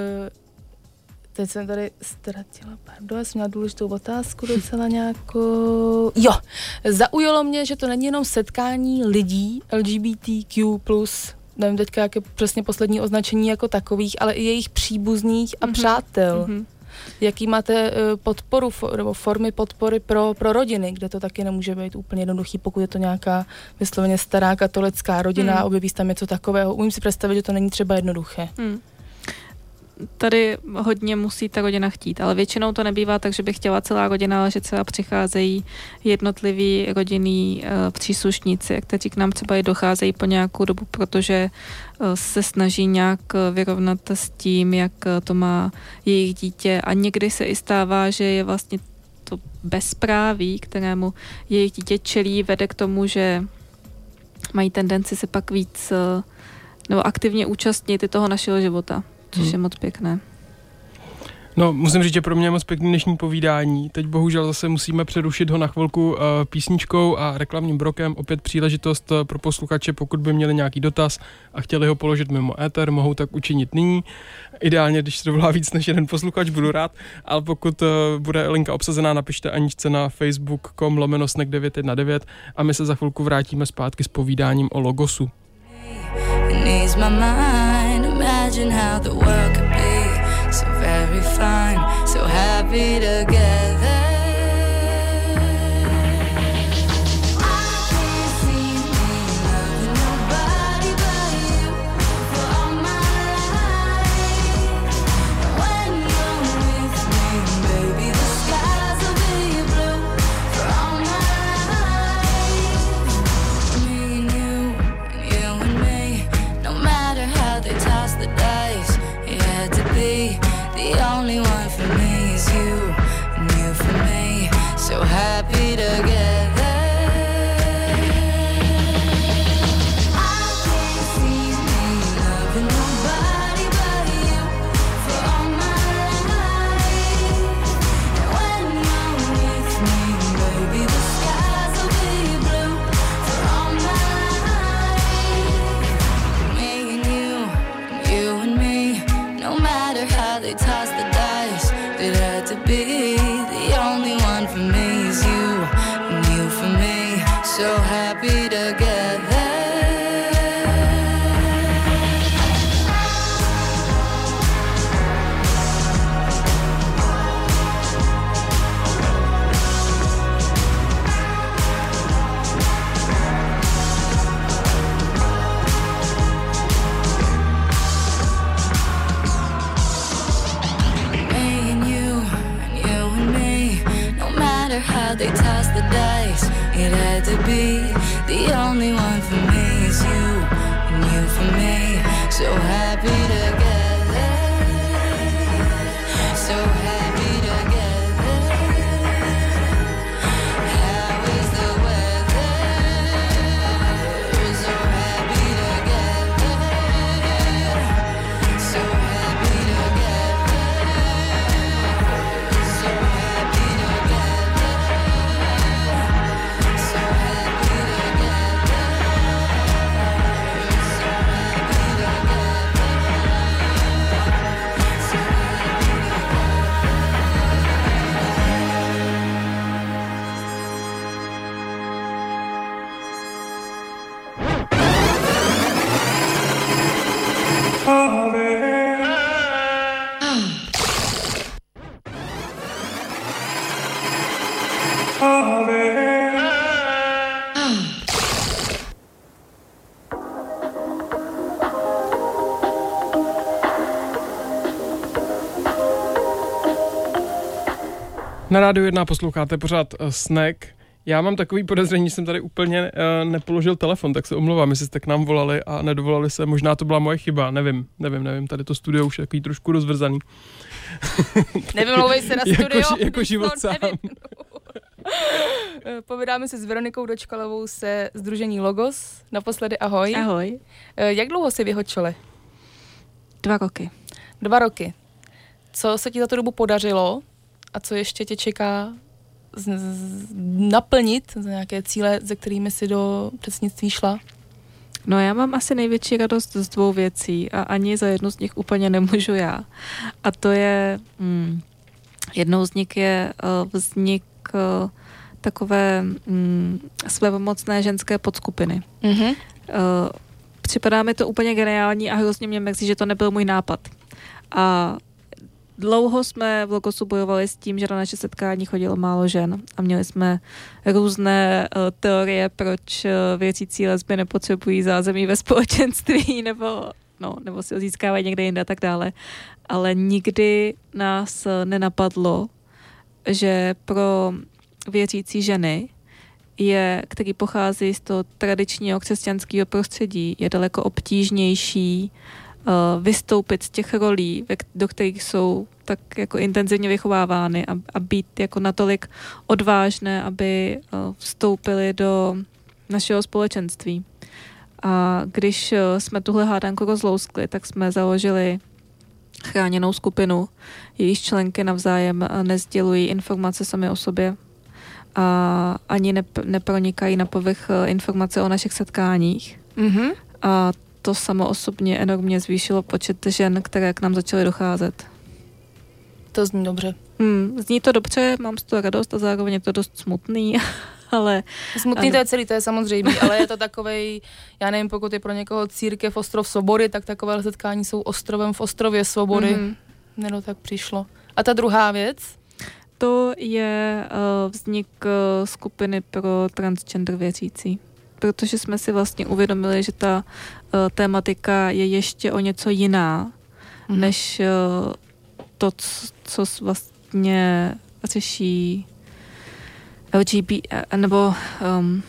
Teď jsem tady ztratila, pardon, já jsem měla důležitou otázku docela nějakou. Jo, zaujalo mě, že to není jenom setkání lidí L G B T Q plus, nevím teďka, jak je přesně poslední označení jako takových, ale i jejich příbuzných a mm-hmm. přátel. Mm-hmm. Jaký máte podporu nebo formy podpory pro, pro rodiny, kde to taky nemůže být úplně jednoduchý, pokud je to nějaká vysloveně stará katolická rodina mm. a objeví se tam něco takového. Umím si představit, že to není třeba jednoduché. Mm. Tady hodně musí ta rodina chtít, ale většinou to nebývá tak, že by chtěla celá rodina, ale že třeba přicházejí jednotliví rodinní uh, příslušníci, kteří k nám třeba i docházejí po nějakou dobu, protože uh, se snaží nějak vyrovnat s tím, jak to má jejich dítě a někdy se i stává, že je vlastně to bezpráví, kterému jejich dítě čelí, vede k tomu, že mají tendenci se pak víc uh, nebo aktivně účastnit i toho našeho života. Což hmm. je moc pěkné. No, musím říct, že pro mě je moc pěkný dnešní povídání. Teď bohužel zase musíme přerušit ho na chvilku uh, písničkou a reklamním brokem. Opět příležitost uh, pro posluchače, pokud by měli nějaký dotaz a chtěli ho položit mimo éter, mohou tak učinit nyní. Ideálně, když se dovolá víc než jeden posluchač, budu rád, ale pokud uh, bude linka obsazená, napište Aničce na facebook tečka com lomeno snack devět jedna devět a my se za chvilku vrátíme zpátky s povídáním o logosu. Imagine how the world could be so very fine, so happy together. Happy together. I can't see me loving nobody but you for all my life. And when you're with me, baby, the skies will be blue for all my life. Me and you, and you and me, no matter how they toss the dice, it had to be the only one for me. So happy together. Me and you, and you and me, no matter how they toss the dice, it had to be the only one for me is you, and you for me. So happy together, so happy together. How is the weather? So happy together, so happy together, so happy together. So happy together, so happy Na Rádiu jedna posloucháte pořád uh, Snack. Já mám takový podezření, že jsem tady úplně uh, nepoložil telefon, tak se omlouvám, jestli jste k nám volali a nedovolali se. Možná to byla moje chyba, nevím, nevím, nevím. Tady to studio už je takový trošku rozvrzaný. Nevymlouvej se na studio. jako, jako život sám. Povídáme se s Veronikou Dočkalovou se Sdružení Logos. Naposledy ahoj. Ahoj. Jak dlouho jsi v jeho čele? Dva roky. Dva roky. Co se ti za tu dobu podařilo a co ještě tě čeká z, z, naplnit za nějaké cíle, se kterými jsi do předsednictví šla? No já mám asi největší radost z dvou věcí a ani za jednu z nich úplně nemůžu já. A to je, mm, jednou z nich je uh, vznik uh, takové mm, svébomocné ženské podskupiny. Mm-hmm. Uh, připadá mi to úplně geniální a hrozně mě mrzí, že to nebyl můj nápad. A dlouho jsme v Logosu bojovali s tím, že na naše setkání chodilo málo žen a měli jsme různé uh, teorie, proč uh, věřící lesby nepotřebují zázemí ve společenství nebo, no, nebo si ho získávají někde jinde a tak dále. Ale nikdy nás uh, nenapadlo, že pro věřící ženy, je, který pochází z toho tradičního křesťanského prostředí, je daleko obtížnější uh, vystoupit z těch rolí, do kterých jsou tak jako intenzivně vychovávány a, a být jako natolik odvážné, aby uh, vstoupili do našeho společenství. A když uh, jsme tuhle hádanku rozlouskli, tak jsme založili chráněnou skupinu, jejíž členky navzájem nesdělují informace sami o sobě a ani nep- nepronikají na povrch informace o našich setkáních. Mm-hmm. A to samo osobně enormně zvýšilo počet žen, které k nám začaly docházet. To zní dobře. Hmm, zní to dobře, mám z toho radost a zároveň je to dost smutný, ale... Smutný ano. To je celý, to je samozřejmé, ale je to takovej, já nevím, pokud je pro někoho církev ostrov svobody, tak takové setkání jsou ostrovem v ostrově svobody. Mm-hmm. Nebo tak přišlo. A ta druhá věc? To je uh, vznik uh, skupiny pro transgender věřící. Protože jsme si vlastně uvědomili, že ta uh, tématika je ještě o něco jiná, mm. než uh, to, co vlastně řeší L G B T, nebo um,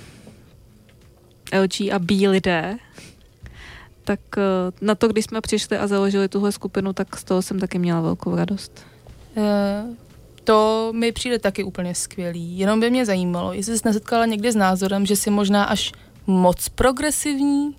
L G a B lidé. Tak uh, na to, když jsme přišli a založili tuhle skupinu, tak z toho jsem taky měla velkou radost. Uh. To mi přijde taky úplně skvělý. Jenom by mě zajímalo, jestli jsi nesetkala někdy s názorem, že jsi možná až moc progresivní?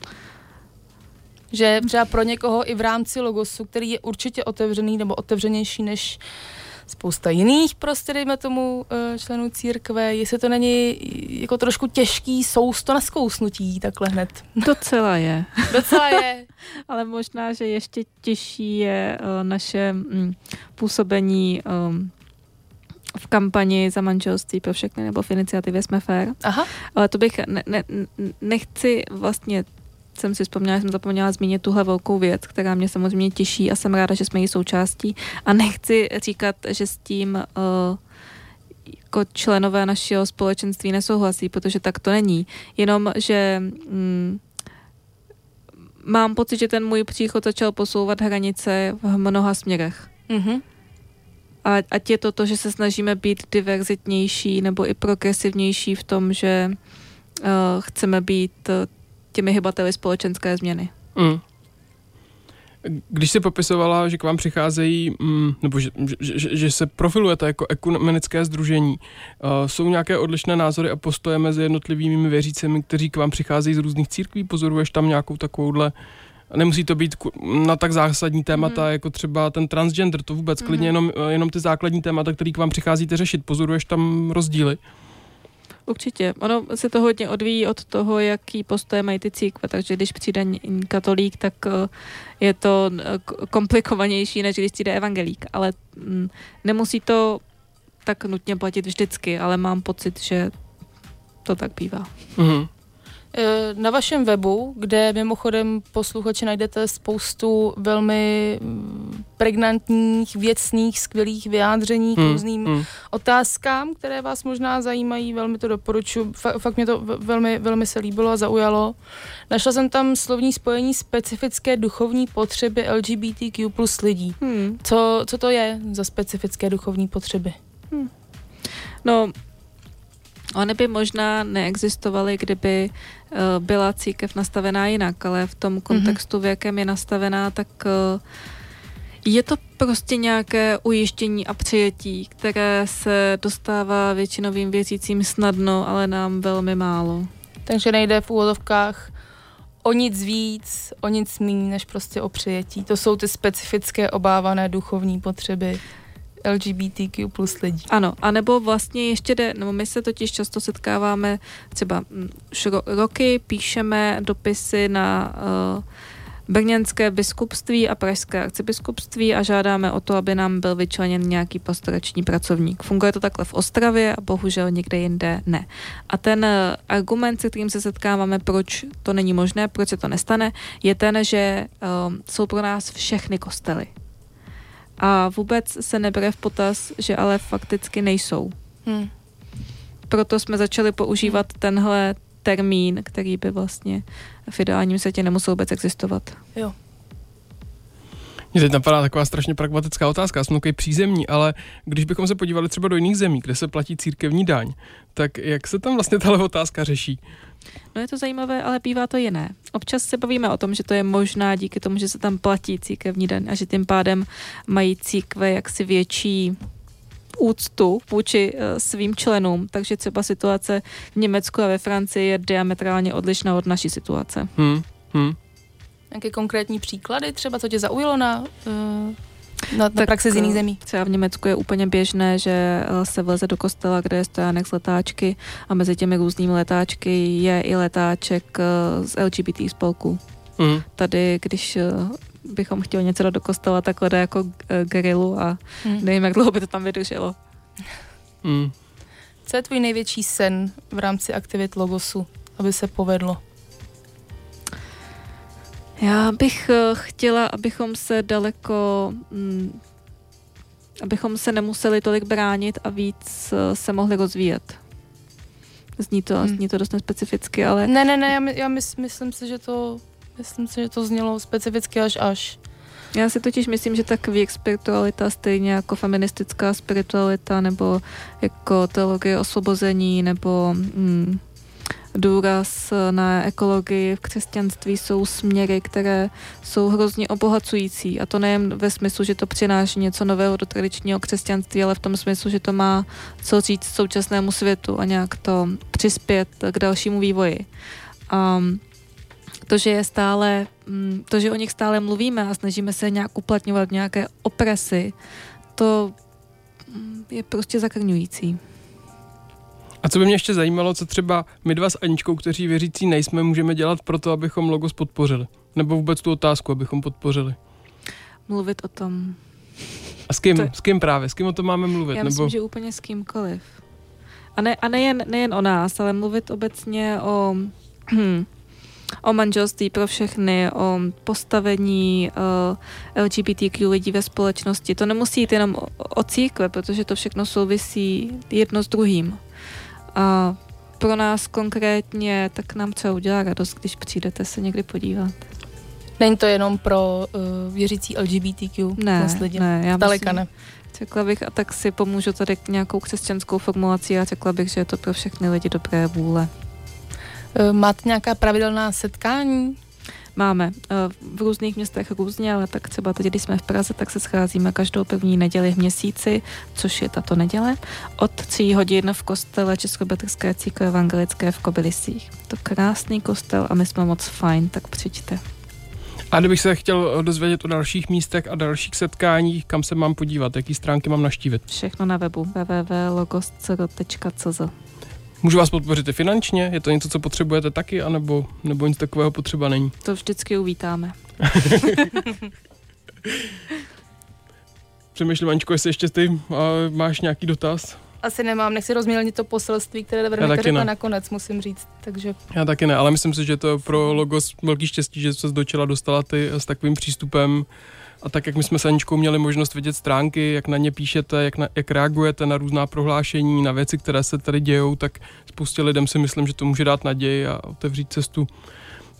Že třeba pro někoho i v rámci Logosu, který je určitě otevřený nebo otevřenější než spousta jiných, prostě dejme tomu členů církve, jestli to není jako trošku těžký sousto na zkousnutí takhle hned. Docela je. Docela je. Ale možná, že ještě těžší je uh, naše um, působení um, v kampani za manželství pro všechny nebo v iniciativě Jsme fér. Aha. Ale to bych ne, ne, nechci vlastně, jsem si vzpomněla, jsem zapomněla zmínit tuhle velkou věc, která mě samozřejmě těší a jsem ráda, že jsme její součástí a nechci říkat, že s tím uh, jako členové našeho společenství nesouhlasí, protože tak to není. Jenom, že mm, mám pocit, že ten můj příchod začal posouvat hranice v mnoha směrech. Mm-hmm. A ať je to to, že se snažíme být diverzitnější nebo i progresivnější v tom, že uh, chceme být uh, těmi hybateli společenské změny. Mm. Když jsi popisovala, že k vám přicházejí, mm, nebo že, že, že, že se profilujete jako ekumenické sdružení, uh, jsou nějaké odlišné názory a postoje mezi jednotlivými věřícími, kteří k vám přicházejí z různých církví? Pozoruješ tam nějakou takovouhle, nemusí to být na tak zásadní témata, mm. jako třeba ten transgender, to vůbec, mm. klidně jenom, jenom ty základní témata, které k vám přicházíte řešit. Pozoruješ tam rozdíly? Určitě. Ono se to hodně odvíjí od toho, jaký postoje mají ty církve, takže když přijde katolík, tak je to komplikovanější, než když přijde evangelík, ale nemusí to tak nutně platit vždycky, ale mám pocit, že to tak bývá. Mhm. Na vašem webu, kde mimochodem posluchači najdete spoustu velmi pregnantních, věcných, skvělých vyjádření k hmm, různým hmm. otázkám, které vás možná zajímají, velmi to doporučuji. F- fakt mě to velmi, velmi se líbilo a zaujalo. Našla jsem tam slovní spojení specifické duchovní potřeby L G B T Q plus lidí. Hmm. Co, co to je za specifické duchovní potřeby? Hm. No, Ony by možná neexistovaly, kdyby uh, byla církev nastavená jinak, ale v tom kontextu, mm-hmm. v jakém je nastavená, tak uh, je to prostě nějaké ujištění a přijetí, které se dostává většinovým věřícím snadno, ale nám velmi málo. Takže nejde v úvodovkách o nic víc, o nic méně, než prostě o přijetí. To jsou ty specifické obávané duchovní potřeby L G B T Q plus lidí. Ano, anebo vlastně ještě jde, nebo my se totiž často setkáváme, třeba už ro- roky píšeme dopisy na uh, brněnské biskupství a pražské arcibiskupství a žádáme o to, aby nám byl vyčleněn nějaký pastorační pracovník. Funguje to takhle v Ostravě a bohužel nikde jinde ne. A ten argument, se kterým se setkáváme, proč to není možné, proč se to nestane, je ten, že um, jsou pro nás všechny kostely. A vůbec se nebere v potaz, že ale fakticky nejsou. Hmm. Proto jsme začali používat hmm. tenhle termín, který by vlastně v ideálním světě nemusel vůbec existovat. Jo. Mně teď napadá taková strašně pragmatická otázka, jsem takový přízemní, ale když bychom se podívali třeba do jiných zemí, kde se platí církevní daň, tak jak se tam vlastně tahle otázka řeší? No je to zajímavé, ale bývá to jiné. Občas se bavíme o tom, že to je možná díky tomu, že se tam platí církevní daň a že tím pádem mají církve jaksi větší úctu vůči uh, svým členům, takže třeba situace v Německu a ve Francii je diametrálně odlišná od naší situace. Hmm, hmm. Nějaké konkrétní příklady třeba, co tě zaujalo na, uh, na, na praxi z jiných zemí? Třeba v Německu je úplně běžné, že se vleze do kostela, kde je stojánek z letáčky a mezi těmi různými letáčky je i letáček uh, z L G B T spolku. Hmm. Tady, když uh, bychom chtěli něco dát do kostela, tak jde jako uh, grilu a hmm. nevím, jak dlouho by to tam vydrželo. Hmm. Co je tvůj největší sen v rámci aktivit Logosu, aby se povedlo? Já bych uh, chtěla, abychom se daleko, mm, abychom se nemuseli tolik bránit a víc uh, se mohli rozvíjet. Zní to, hmm. zní to dost nespecificky, ale... Ne, ne, ne, já, my, já mys, myslím si, že to, myslím si, že to znělo specificky až až. Já si totiž myslím, že tak queer spiritualita stejně jako feministická spiritualita nebo jako teologie osvobození nebo mm, důraz na ekologii v křesťanství jsou směry, které jsou hrozně obohacující a to nejen ve smyslu, že to přináší něco nového do tradičního křesťanství, ale v tom smyslu, že to má co říct současnému světu a nějak to přispět k dalšímu vývoji. Um, To, že je stále, to, že o nich stále mluvíme a snažíme se nějak uplatňovat v nějaké opresy, to je prostě zakrňující. A co by mě ještě zajímalo, co třeba my dva s Aničkou, kteří věřící nejsme, můžeme dělat pro to, abychom Logos podpořili? Nebo vůbec tu otázku, abychom podpořili? Mluvit o tom. A s kým? To... S kým právě? S kým o tom máme mluvit? Já Nebo... myslím, že úplně s kýmkoliv. A, ne, a nejen, nejen o nás, ale mluvit obecně o... o manželství pro všechny, o postavení uh, L G B T Q lidí ve společnosti. To nemusí jít jenom o, o církve, protože to všechno souvisí jedno s druhým. A pro nás konkrétně tak nám třeba udělá radost, když přijdete se někdy podívat. Není to jenom pro uh, věřící L G B T Q ne, lidi? Ne, já Daleka myslím, ne. Řekla bych, a tak si pomůžu tady nějakou křesťanskou formulací a řekla bych, že je to pro všechny lidi dobré vůle. Máte nějaká pravidelná setkání? Máme. V různých městech různě, ale tak třeba teď, když jsme v Praze, tak se scházíme každou první neděli v měsíci, což je tato neděle, od tří hodin v kostele Českobratrské církve evangelické v Kobylisích. To krásný kostel a my jsme moc fajn, tak přijďte. A kdybych se chtěl dozvědět o dalších místech a dalších setkáních, kam se mám podívat, jaký stránky mám navštívit? Všechno na webu w w w tečka logos tečka c z. Můžu vás podpořit i finančně? Je to něco, co potřebujete taky, anebo, nebo nic takového potřeba není? To vždycky uvítáme. Přemýšlím, Aničko, jestli ještě ty uh, máš nějaký dotaz? Asi nemám, nechci rozmělnit to poselství, které Veronika řekla nakonec, musím říct. Takže... Já taky ne, ale myslím si, že to je pro Logos velký štěstí, že se do čela dostala ty s takovým přístupem. A tak, jak my jsme s Aničkou měli možnost vidět stránky, jak na ně píšete, jak, na, jak reagujete na různá prohlášení, na věci, které se tady dějou, tak spoustě lidem si myslím, že to může dát naději a otevřít cestu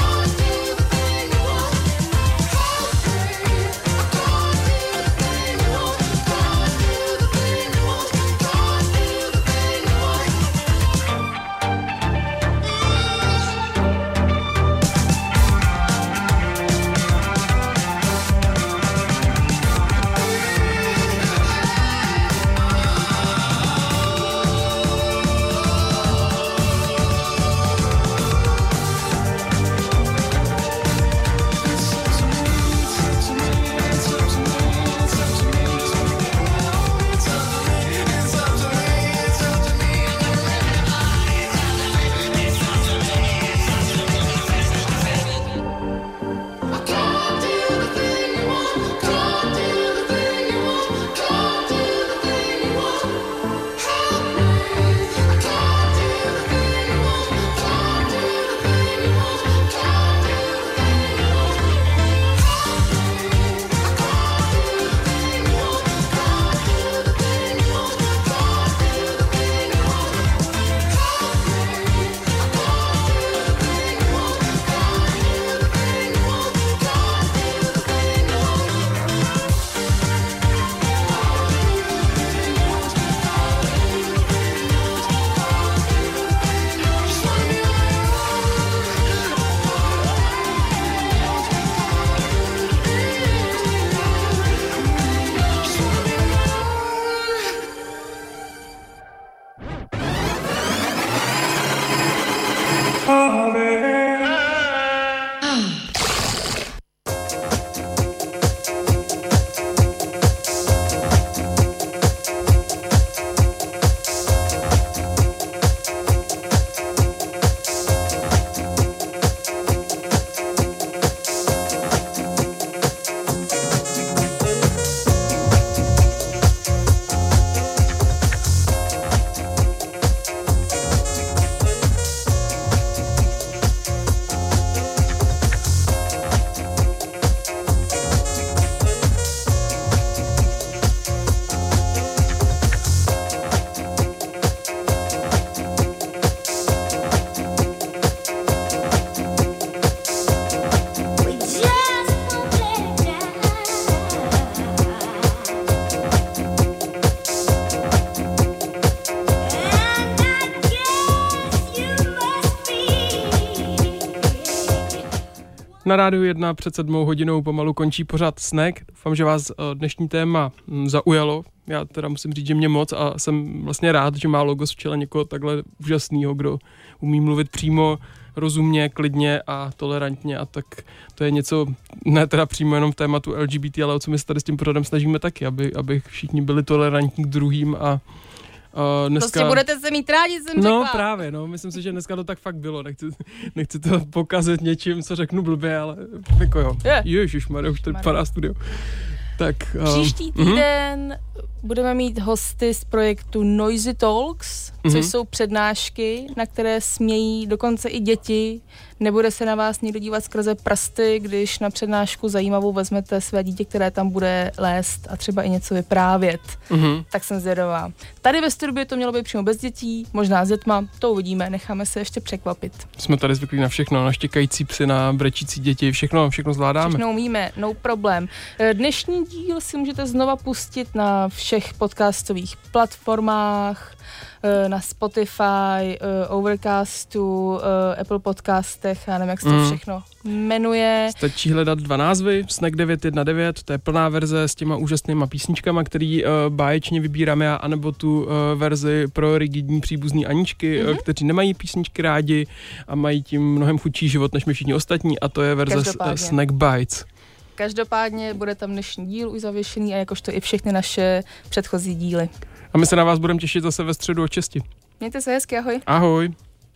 Na Rádiu jedna před sedmou hodinou pomalu končí pořad Snack. Doufám, že vás dnešní téma zaujalo. Já teda musím říct, že mě moc a jsem vlastně rád, že má Logos v čele někoho takhle úžasného, kdo umí mluvit přímo, rozumně, klidně a tolerantně a tak to je něco, ne teda přímo jenom v tématu L G B T, ale o co my se tady s tím pořadem snažíme taky, aby, aby všichni byli tolerantní k druhým a Uh, dneska... Prostě budete se mít rádi, jsem řekla. No právě, no, myslím si, že dneska to tak fakt bylo, nechci, nechci to pokazit něčím, co řeknu blbě, ale jako jo, Je. ježišmarja, už tady padá studio. Tak, uh, Příští týden uh-huh. budeme mít hosty z projektu Noisy Talks, což Mhm. jsou přednášky, na které smějí dokonce i děti. Nebude se na vás někdo dívat skrze prsty, když na přednášku zajímavou vezmete své dítě, které tam bude lézt a třeba i něco vyprávět. uh-huh. Tak jsem zvědavá. Tady ve studiu to mělo být přímo bez dětí, možná s dětma, to uvidíme, necháme se ještě překvapit. Jsme tady zvyklí na všechno, na štěkající psy, na brečící děti, všechno, všechno zvládáme. Všechno umíme, no problém. Dnešní díl si můžete znova pustit na všech podcastových platformách, na Spotify, Overcastu, Apple podcastech, já nevím, jak se to Mm. všechno jmenuje. Stačí hledat dva názvy, Snack devět jedna devět, to je plná verze s těma úžasnýma písničkama, který uh, báječně vybírám já, anebo tu uh, verzi pro rigidní příbuzný Aničky, mm-hmm. uh, kteří nemají písničky rádi a mají tím mnohem chudší život než my všichni ostatní, a to je verze s, uh, Snack Bites. Každopádně bude tam dnešní díl už zavěšený a jakožto i všechny naše předchozí díly. A my se na vás budeme těšit zase ve středu od šesti. Mějte se hezky, ahoj. Ahoj.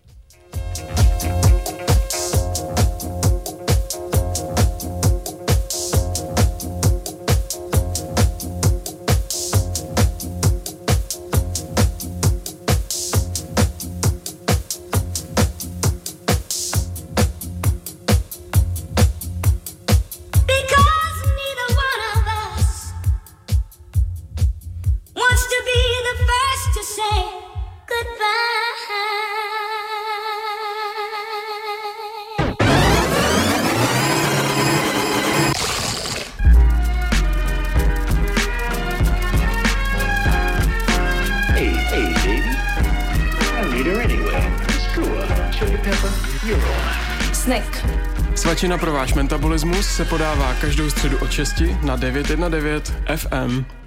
Because neither one of us wants to be the first to say goodbye. Hey, hey, baby. I don't need her anyway. Screw her. Sugar pepper, you're on. Snack. Svačina pro váš metabolismus se podává každou středu od šesti na devět jedna devět F M.